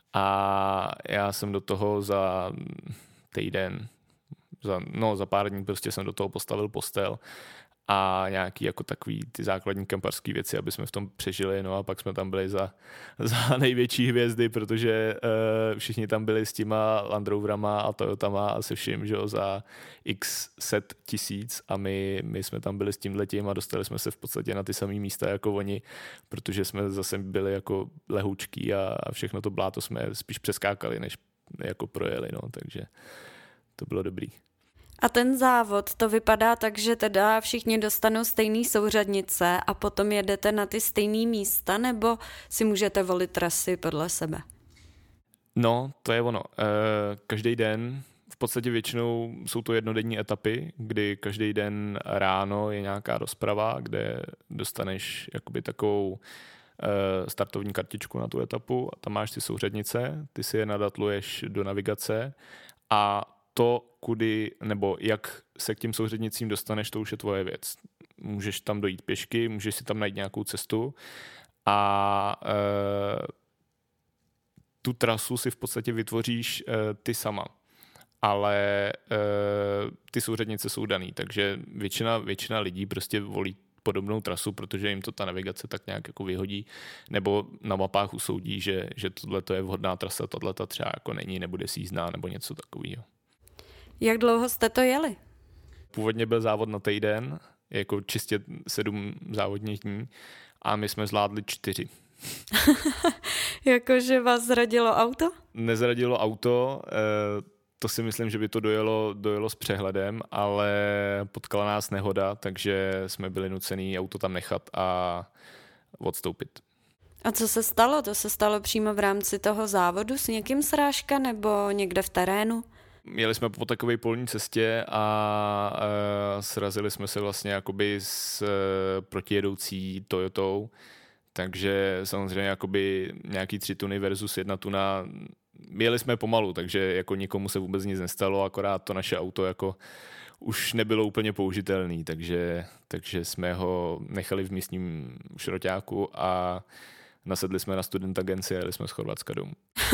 A já jsem do toho za týden, za, no za pár dní prostě jsem do toho postavil postel a nějaký jako takový ty základní kemparský věci, aby jsme v tom přežili, no a pak jsme tam byli za, za největší hvězdy, protože uh, všichni tam byli s těma Land Roverama a Toyotama a se vším, že jo, za x set tisíc a my, my jsme tam byli s tímhletím a dostali jsme se v podstatě na ty samé místa jako oni, protože jsme zase byli jako lehoučký a, a všechno to bláto jsme spíš přeskákali, než jako projeli, no, takže to bylo dobrý. A ten závod, to vypadá tak, že teda všichni dostanou stejný souřadnice a potom jedete na ty stejný místa, nebo si můžete volit trasy podle sebe? No, to je ono. Každý den, v podstatě většinou jsou to jednodenní etapy, kdy každý den ráno je nějaká rozprava, kde dostaneš jakoby takovou startovní kartičku na tu etapu a tam máš ty souřadnice, ty si je nadatluješ do navigace a to, kudy nebo jak se k těm souřadnicím dostaneš, to už je tvoje věc. Můžeš tam dojít pěšky, můžeš si tam najít nějakou cestu a e, tu trasu si v podstatě vytvoříš e, ty sama. Ale e, ty souřadnice jsou daný, takže většina, většina lidí prostě volí podobnou trasu, protože jim to ta navigace tak nějak jako vyhodí, nebo na mapách usoudí, že, že tohle je vhodná trasa, tohle třeba jako není, nebude sízdná nebo něco takového. Jak dlouho jste to jeli? Původně byl závod na týden, jako čistě sedm závodních dní a my jsme zvládli čtyři. Jakože vás zradilo auto? Nezradilo auto, to si myslím, že by to dojelo, dojelo s přehledem, ale potkala nás nehoda, takže jsme byli nucený auto tam nechat a odstoupit. A co se stalo? To se stalo přímo v rámci toho závodu s někým srážka nebo někde v terénu? Jeli jsme po takové polní cestě a e, srazili jsme se vlastně jakoby s e, protijedoucí Toyotou, takže samozřejmě jakoby nějaký tři tuny versus jedna tuna. Jeli jsme pomalu, takže jako nikomu se vůbec nic nestalo, akorát to naše auto jako už nebylo úplně použitelný, takže, takže jsme ho nechali v místním šroťáku a nasedli jsme na student agenci a jeli jsme z Chorvatska domů.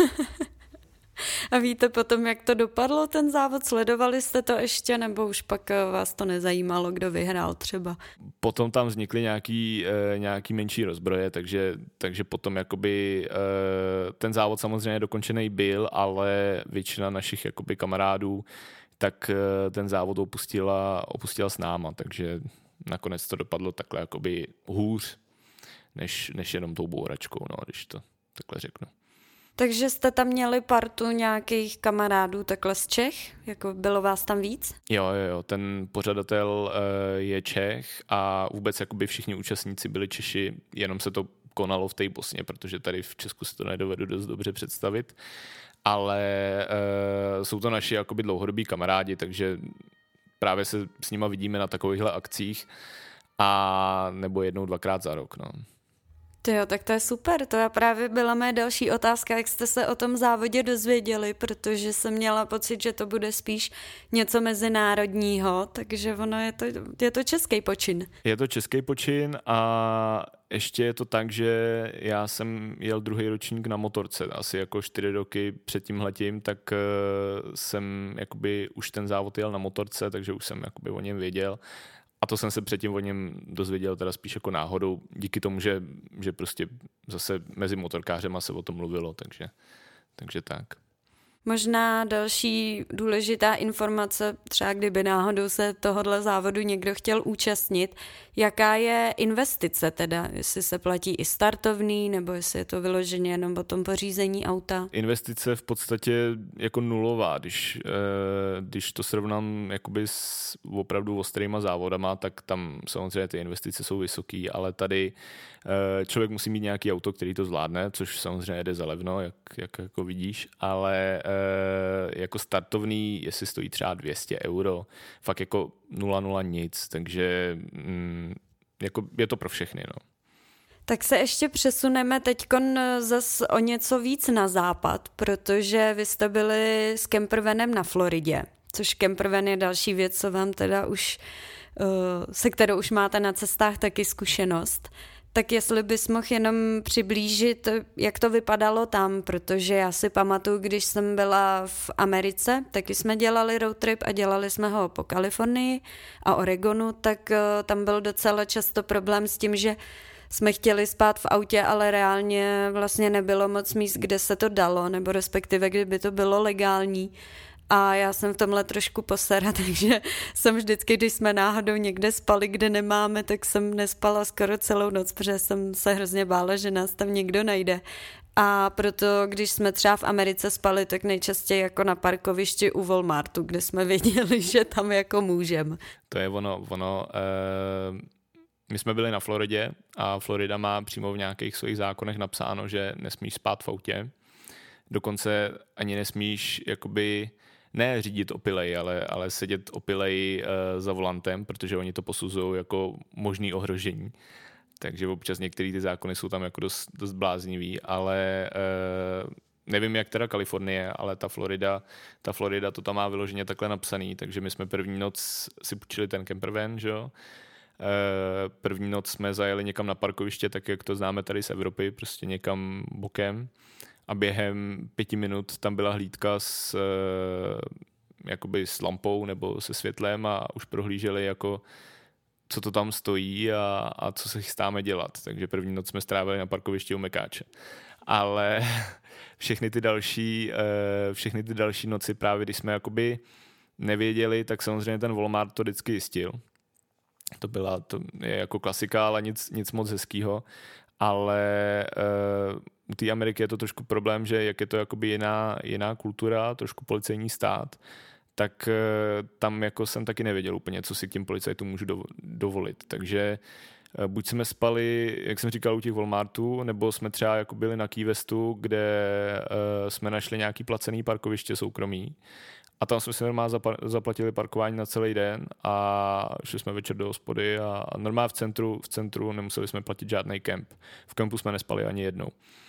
A víte potom, jak to dopadlo, ten závod? Sledovali jste to ještě, nebo už pak vás to nezajímalo, kdo vyhrál třeba? Potom tam vznikly nějaký, e, nějaký menší rozbroje, takže, takže potom jakoby e, ten závod samozřejmě dokončený byl, ale většina našich jakoby kamarádů tak e, ten závod opustila, opustila s náma, takže nakonec to dopadlo takhle jakoby hůř, než, než jenom tou bouračkou, no, když to takhle řeknu. Takže jste tam měli partu nějakých kamarádů takhle z Čech? Jako bylo vás tam víc? Jo, jo, jo. Ten pořadatel uh, je Čech a vůbec jakoby všichni účastníci byli Češi, jenom se to konalo v té Bosně, protože tady v Česku si to nedovedu dost dobře představit. Ale uh, jsou to naši jakoby dlouhodobí kamarádi, takže právě se s nima vidíme na takovýchhle akcích a nebo jednou, dvakrát za rok, no. Jo, tak to je super, to je právě byla mé další otázka, jak jste se o tom závodě dozvěděli, protože jsem měla pocit, že to bude spíš něco mezinárodního, takže ono je to, je to český počin. Je to český počin a ještě je to tak, že já jsem jel druhý ročník na motorce, asi jako čtyři roky před tímhletím, tak uh, jsem jakoby už ten závod jel na motorce, takže už jsem jakoby o něm věděl. A to jsem se předtím o něm dozvěděl teda spíš jako náhodou, díky tomu, že, že prostě zase mezi motorkářema se o tom mluvilo, takže, takže tak. Možná další důležitá informace, třeba kdyby náhodou se tohohle závodu někdo chtěl účastnit, jaká je investice teda, jestli se platí i startovný, nebo jestli je to vyloženě jenom o tom pořízení auta? Investice v podstatě jako nulová, když, když to srovnám jakoby s opravdu ostrýma závodama, tak tam samozřejmě ty investice jsou vysoký, ale tady člověk musí mít nějaký auto, který to zvládne, což samozřejmě jde za levno, jak, jak jako vidíš, ale jako startovný, jestli stojí třeba dvě stě euro, fakt jako nula nula nic, takže mm, jako je to pro všechny, no. Tak se ještě přesuneme teďkon zas o něco víc na západ, protože vy jste byli s campervanem na Floridě, což campervan je další věc, co vám teda už, se kterou už máte na cestách taky zkušenost. Tak jestli bys mohl jenom přiblížit, jak to vypadalo tam, protože já si pamatuju, když jsem byla v Americe, taky jsme dělali road trip a dělali jsme ho po Kalifornii a Oregonu, tak tam byl docela často problém s tím, že jsme chtěli spát v autě, ale reálně vlastně nebylo moc míst, kde se to dalo, nebo respektive kdyby to bylo legální. A já jsem v tomhle trošku posera, takže jsem vždycky, když jsme náhodou někde spali, kde nemáme, tak jsem nespala skoro celou noc, protože jsem se hrozně bála, že nás tam někdo najde. A proto, když jsme třeba v Americe spali, tak nejčastěji jako na parkovišti u Walmartu, kde jsme věděli, že tam jako můžeme. To je ono, ono... Uh... My jsme byli na Floridě a Florida má přímo v nějakých svých zákonech napsáno, že nesmíš spát v autě. Dokonce ani nesmíš jakoby ne řídit opilej, ale, ale sedět opilej uh, za volantem, protože oni to posuzují jako možný ohrožení. Takže občas některé ty zákony jsou tam jako dost, dost bláznivý, ale uh, nevím, jak teda Kalifornie, ale ta Florida, ta Florida to tam má vyloženě takhle napsaný, takže my jsme první noc si půjčili ten campervan, že jo. První noc jsme zajeli někam na parkoviště, tak jak to známe tady z Evropy, prostě někam bokem a během pěti minut tam byla hlídka s, jakoby s lampou nebo se světlem a už prohlíželi jako co to tam stojí a, a co se chystáme dělat. Takže první noc jsme strávili na parkovišti u Mekáče. Ale všechny ty další, všechny ty další noci právě, když jsme jakoby nevěděli, tak samozřejmě ten Walmart to vždycky jistil. To byla, to je jako klasika, ale nic, nic moc hezkýho. Ale uh, u té Ameriky je to trošku problém, že jak je to jakoby jiná, jiná kultura, trošku policejní stát, tak uh, tam jako jsem taky nevěděl úplně, co si k těm policajtům můžu do, dovolit. Takže uh, buď jsme spali, jak jsem říkal, u těch Walmartů, nebo jsme třeba jako byli na Key Westu, kde uh, jsme našli nějaký placený parkoviště soukromí. A tam jsme si normálně zaplatili parkování na celý den a šli jsme večer do hospody a normálně v centru, v centru nemuseli jsme platit žádný kemp. V kempu jsme nespali ani jednou.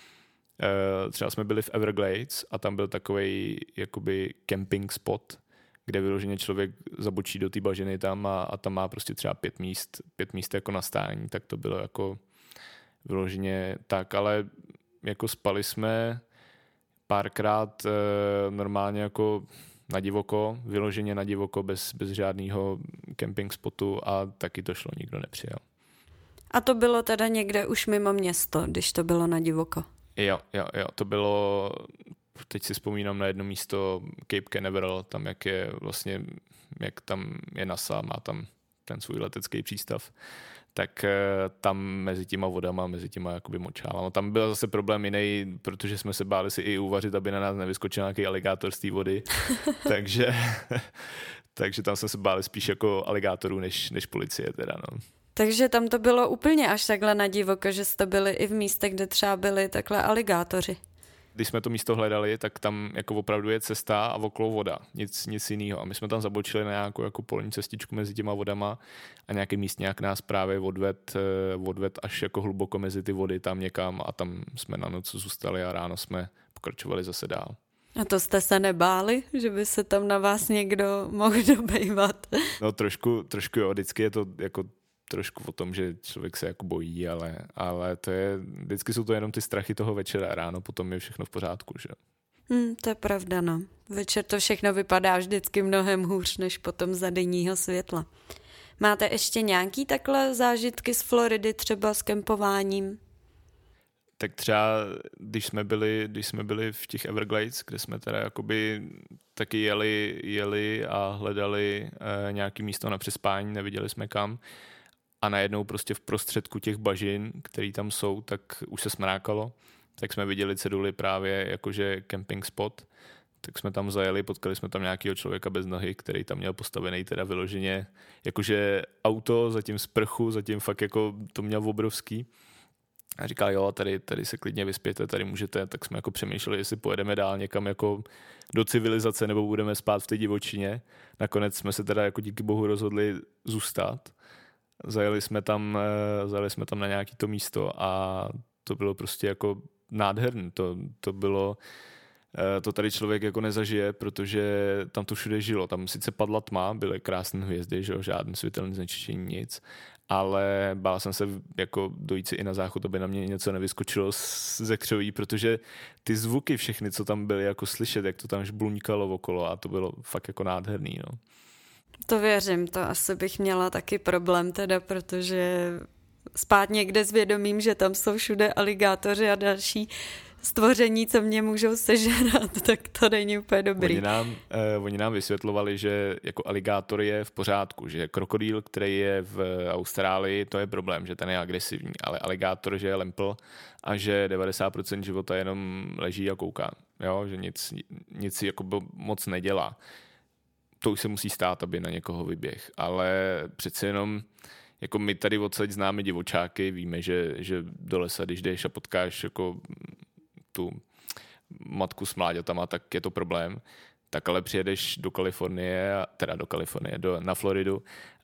E, třeba jsme byli v Everglades a tam byl takovej jakoby camping spot, kde vyloženě člověk zabočí do té bažiny tam a, a tam má prostě třeba pět míst, pět míst jako na stání, tak to bylo jako vyloženě tak, ale jako spali jsme párkrát e, normálně jako na divoko, vyloženě na divoko, bez, bez žádného camping spotu a taky to šlo, nikdo nepřijel. A to bylo teda někde už mimo město, když to bylo na divoko? Jo, jo, jo, to bylo, teď si vzpomínám na jedno místo Cape Canaveral, tam jak je vlastně, jak tam je NASA, má tam ten svůj letecký přístav, tak tam mezi těma vodama, mezi těma jakoby močálama. Tam byl zase problém jiný, protože jsme se báli si i uvařit, aby na nás nevyskočil nějaký aligátor z té vody. takže, takže tam jsme se báli spíš jako aligátorů než, než policie teda, no. Takže tam to bylo úplně až takhle na divoko, že jste byli i v místech, kde třeba byli takhle aligátoři. Když jsme to místo hledali, tak tam jako opravdu je cesta a okolo voda, nic, nic jiného. A my jsme tam zabočili na nějakou jako polní cestičku mezi těma vodama a nějaký místňák nás právě odved, odved až jako hluboko mezi ty vody tam někam a tam jsme na noc zůstali a ráno jsme pokračovali zase dál. A to jste se nebáli, že by se tam na vás někdo mohl dobejvat? No trošku, trošku jo, vždycky je to jako trošku o tom, že člověk se jako bojí, ale, ale to je, vždycky jsou to jenom ty strachy toho večera a ráno potom je všechno v pořádku, že? Hmm, to je pravda, no. Večer to všechno vypadá vždycky mnohem hůř, než potom za denního světla. Máte ještě nějaký takhle zážitky z Floridy, třeba s kempováním? Tak třeba, když jsme byli, když jsme byli v těch Everglades, kde jsme teda jakoby taky jeli, jeli a hledali e, nějaký místo na přespání, neviděli jsme kam, a najednou prostě v prostředku těch bažin, které tam jsou, tak už se smrákalo, tak jsme viděli ceduly právě jakože camping spot, tak jsme tam zajeli, potkali jsme tam nějakého člověka bez nohy, který tam měl postavený teda vyloženě jakože auto, zatím sprchu, zatím fakt jako to měl obrovský. A říkal, jo, tady, tady se klidně vyspěte, tady můžete, tak jsme jako přemýšleli, jestli pojedeme dál někam jako do civilizace nebo budeme spát v té divočině. Nakonec jsme se teda jako díky bohu rozhodli zůstat. Zajeli jsme tam, zajeli jsme tam na nějaký to místo a to bylo prostě jako nádherný. To, to bylo, to tady člověk jako nezažije, protože tam to všude žilo. Tam sice padla tma, byly krásné hvězdy, že jo, žádný světelný znečištění, nic, ale bál jsem se jako dojít si i na záchod, aby na mě něco nevyskočilo ze křoví, protože ty zvuky všechny, co tam byly jako slyšet, jak to tam žbluňkalo okolo a to bylo fakt jako nádherný, no. To věřím, to asi bych měla taky problém teda, protože spát někde s vědomím, že tam jsou všude aligátoři a další stvoření, co mě můžou sežrat, tak to není úplně dobrý. Oni nám, eh, oni nám vysvětlovali, že jako aligátor je v pořádku, že krokodýl, který je v Austrálii, to je problém, že ten je agresivní, ale aligátor, že je lempl a že devadesát procent života jenom leží a kouká, jo? Že nic, nic si jako moc nedělá. To už se musí stát, aby na někoho vyběh, ale přece jenom jako my tady odsaď známe divočáky, víme, že, že do lesa, když jdeš a potkáš jako tu matku s mláďatama, tak je to problém. Tak ale přijedeš do Kalifornie, teda do Kalifornie, do, na Floridu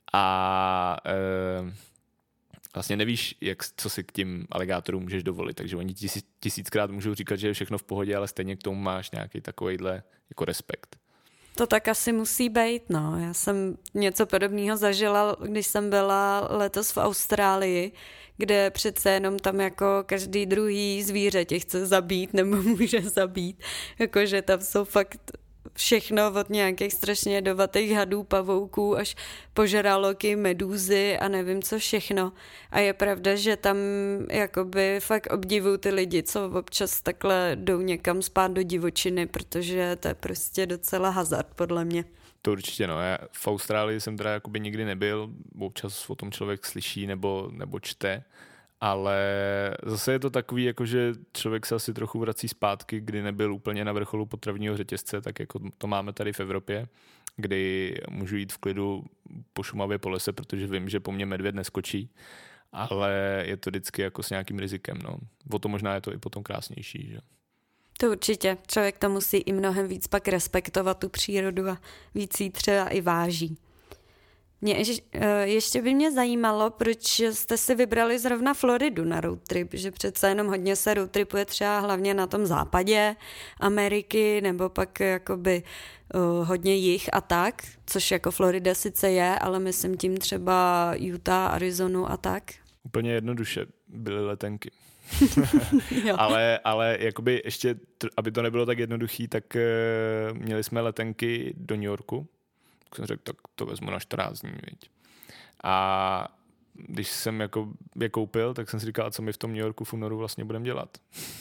a e, vlastně nevíš, jak, co si k tím aligátorům můžeš dovolit. Takže oni tisíc, tisíckrát můžou říkat, že je všechno v pohodě, ale stejně k tomu máš nějaký takovejhle jako respekt. To tak asi musí být, no. Já jsem něco podobného zažila, když jsem byla letos v Austrálii, kde přece jenom tam jako každý druhý zvíře tě chce zabít nebo může zabít. Jakože tam jsou fakt všechno od nějakých strašně jedovatých hadů, pavouků až po žraloky, medúzy a nevím co všechno. A je pravda, že tam jakoby fakt obdivuju ty lidi, co občas takhle jdou někam spát do divočiny, protože to je prostě docela hazard podle mě. To určitě no. Já v Austrálii jsem teda jakoby nikdy nebyl, občas o tom člověk slyší nebo, nebo čte, ale zase je to takový, jako že člověk se asi trochu vrací zpátky, kdy nebyl úplně na vrcholu potravního řetězce, tak jako to máme tady v Evropě, kdy můžu jít v klidu po Šumavě po lese, protože vím, že po mně medvěd neskočí, ale je to vždycky jako s nějakým rizikem. No. O to možná je to i potom krásnější. Že? To určitě. Člověk to musí i mnohem víc pak respektovat tu přírodu a víc jí třeba i váží. Mě ještě by mě zajímalo, proč jste si vybrali zrovna Floridu na road trip, že přece jenom hodně se road tripuje třeba hlavně na tom západě Ameriky, nebo pak jakoby uh, hodně jih a tak, což jako Florida sice je, ale myslím tím třeba Utah, Arizonu a tak. Úplně jednoduše byly letenky. ale, ale jakoby ještě, aby to nebylo tak jednoduchý, tak uh, měli jsme letenky do New Yorku. Tak jsem řekl, tak to vezmu na čtrnáct dní. Viď. A když jsem jako je koupil, tak jsem si říkal, co my v tom New Yorku v únoru vlastně budeme dělat.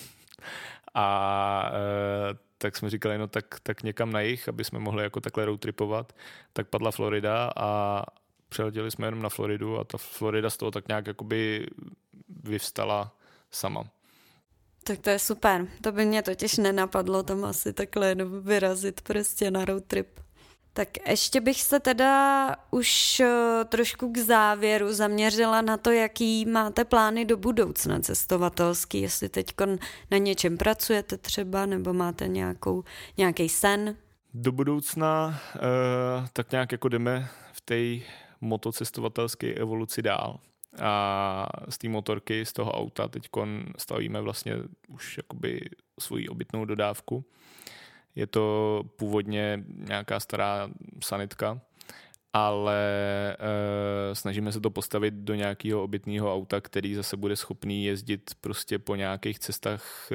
a e, tak jsme říkali, no tak, tak někam na jih, aby jsme mohli jako takhle road tripovat. Tak padla Florida a přeletěli jsme jenom na Floridu a ta Florida z toho tak nějak jakoby vyvstala sama. Tak to je super. To by mě totiž nenapadlo tam asi takhle jenom vyrazit prostě na road trip. Tak ještě bych se teda už trošku k závěru zaměřila na to, jaký máte plány do budoucna cestovatelský, jestli teď na něčem pracujete třeba, nebo máte nějakou, nějaký sen. Do budoucna uh, tak nějak jako jdeme v té motocestovatelské evoluci dál. A z té motorky, z toho auta teď stavíme vlastně už jakoby svoji obytnou dodávku. Je to původně nějaká stará sanitka, ale e, snažíme se to postavit do nějakého obytného auta, který zase bude schopný jezdit prostě po nějakých cestách e,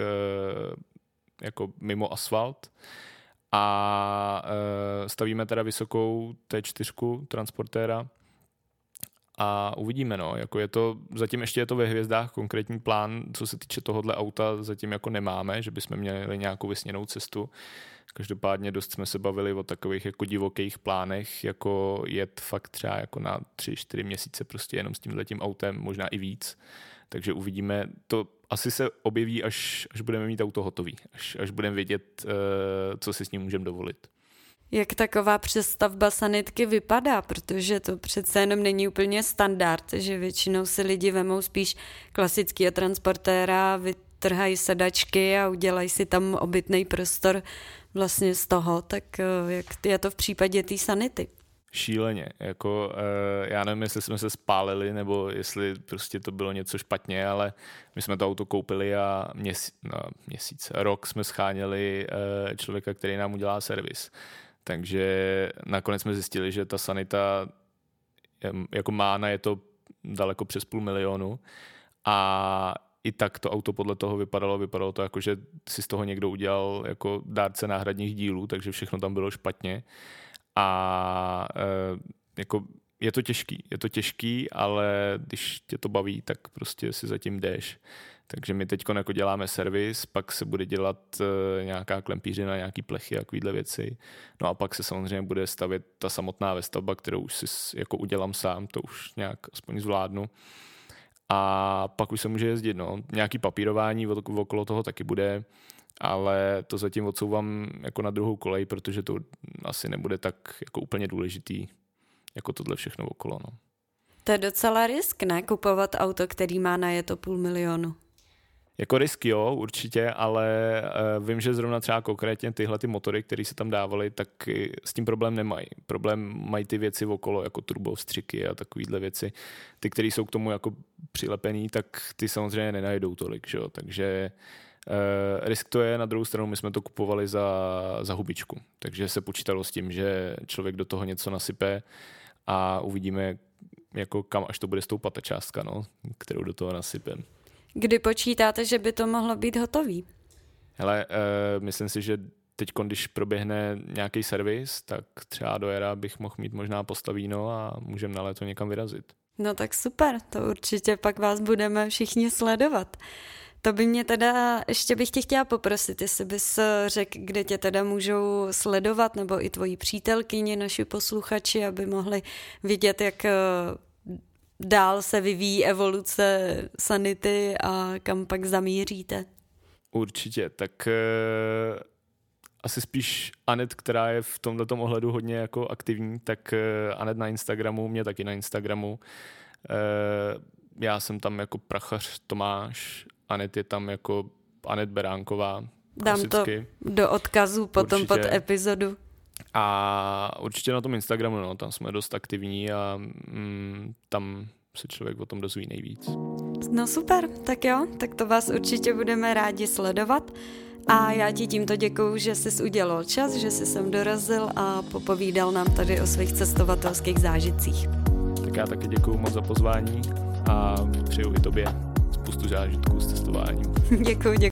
jako mimo asfalt. A e, stavíme teda vysokou té čtyři transportéra a uvidíme, no, jako je to, zatím ještě je to ve hvězdách, konkrétní plán, co se týče tohohle auta, zatím jako nemáme, že bychom měli nějakou vysněnou cestu. Každopádně dost jsme se bavili o takových jako divokých plánech, jako jet fakt třeba jako na tři, čtyři měsíce prostě jenom s tímhletím autem, možná i víc. Takže uvidíme, to asi se objeví, až, až budeme mít auto hotový, až, až budeme vědět, co si s ním můžeme dovolit. Jak taková přestavba sanitky vypadá, protože to přece jenom není úplně standard, že většinou si lidi vemou spíš klasický transportéra, vytrhají sedačky a udělají si tam obytný prostor vlastně z toho, tak jak je to v případě té sanity? Šíleně, jako já nevím, jestli jsme se spálili, nebo jestli prostě to bylo něco špatně, ale my jsme to auto koupili a měsíc, no, měsíc rok jsme scháněli člověka, který nám udělá servis. Takže nakonec jsme zjistili, že ta sanita jako mána je to daleko přes půl milionu a i tak to auto podle toho vypadalo, vypadalo to jako, že si z toho někdo udělal jako dárce náhradních dílů, takže všechno tam bylo špatně a e, jako je to těžký, je to těžký, ale když tě to baví, tak prostě si zatím jdeš. Takže my teď jako děláme servis, pak se bude dělat e, nějaká klempířina, nějaký plechy a takovýhle věci. No a pak se samozřejmě bude stavět ta samotná vestavba, kterou už si jako udělám sám, to už nějak aspoň zvládnu. A pak už se může jezdit, no. Nějaký papírování okolo toho taky bude, ale to zatím odsouvám jako na druhou kolej, protože to asi nebude tak jako úplně důležitý, jako tohle všechno okolo, no. To je docela risk, ne? Kupovat auto, který má najeto půl milionu. Jako risk jo, určitě, ale uh, vím, že zrovna třeba konkrétně tyhle ty motory, které se tam dávaly, tak s tím problém nemají. Problém mají ty věci okolo, jako turbovstřiky a takovýhle věci. Ty, které jsou k tomu jako přilepený, tak ty samozřejmě nenajdou tolik, že jo? Takže uh, risk to je, na druhou stranu my jsme to kupovali za, za hubičku. Takže se počítalo s tím, že člověk do toho něco nasype a uvidíme, jako kam až to bude stoupat ta částka, no, kterou do toho nasypem. Kdy počítáte, že by to mohlo být hotový? Hele, uh, myslím si, že teď, když proběhne nějaký servis, tak třeba do jara bych mohl mít možná postavíno a můžeme na léto někam vyrazit. No tak super, to určitě pak vás budeme všichni sledovat. To by mě teda, ještě bych tě chtěla poprosit, jestli bys řekl, kde tě teda můžou sledovat, nebo i tvoji přítelkyni, naši posluchači, aby mohli vidět, jak dál se vyvíjí evoluce Sanity a kam pak zamíříte. Určitě, tak uh, asi spíš Anet, která je v tomhletom ohledu hodně jako aktivní, tak uh, Anet na Instagramu, mě taky na Instagramu. Uh, já jsem tam jako prachař Tomáš, Anet je tam jako Anet Beránková. Dám to do odkazu potom určitě. Pod epizodu. A určitě na tom Instagramu, no, tam jsme dost aktivní a mm, tam se člověk o tom dozví nejvíc. No super, tak jo, tak to vás určitě budeme rádi sledovat. A já ti tímto děkuju, že jsi udělal čas, že jsi sem dorazil a popovídal nám tady o svých cestovatelských zážitcích. Tak já taky děkuju moc za pozvání a přeju i tobě spoustu zážitků s cestováním. Děkuju, děkuju.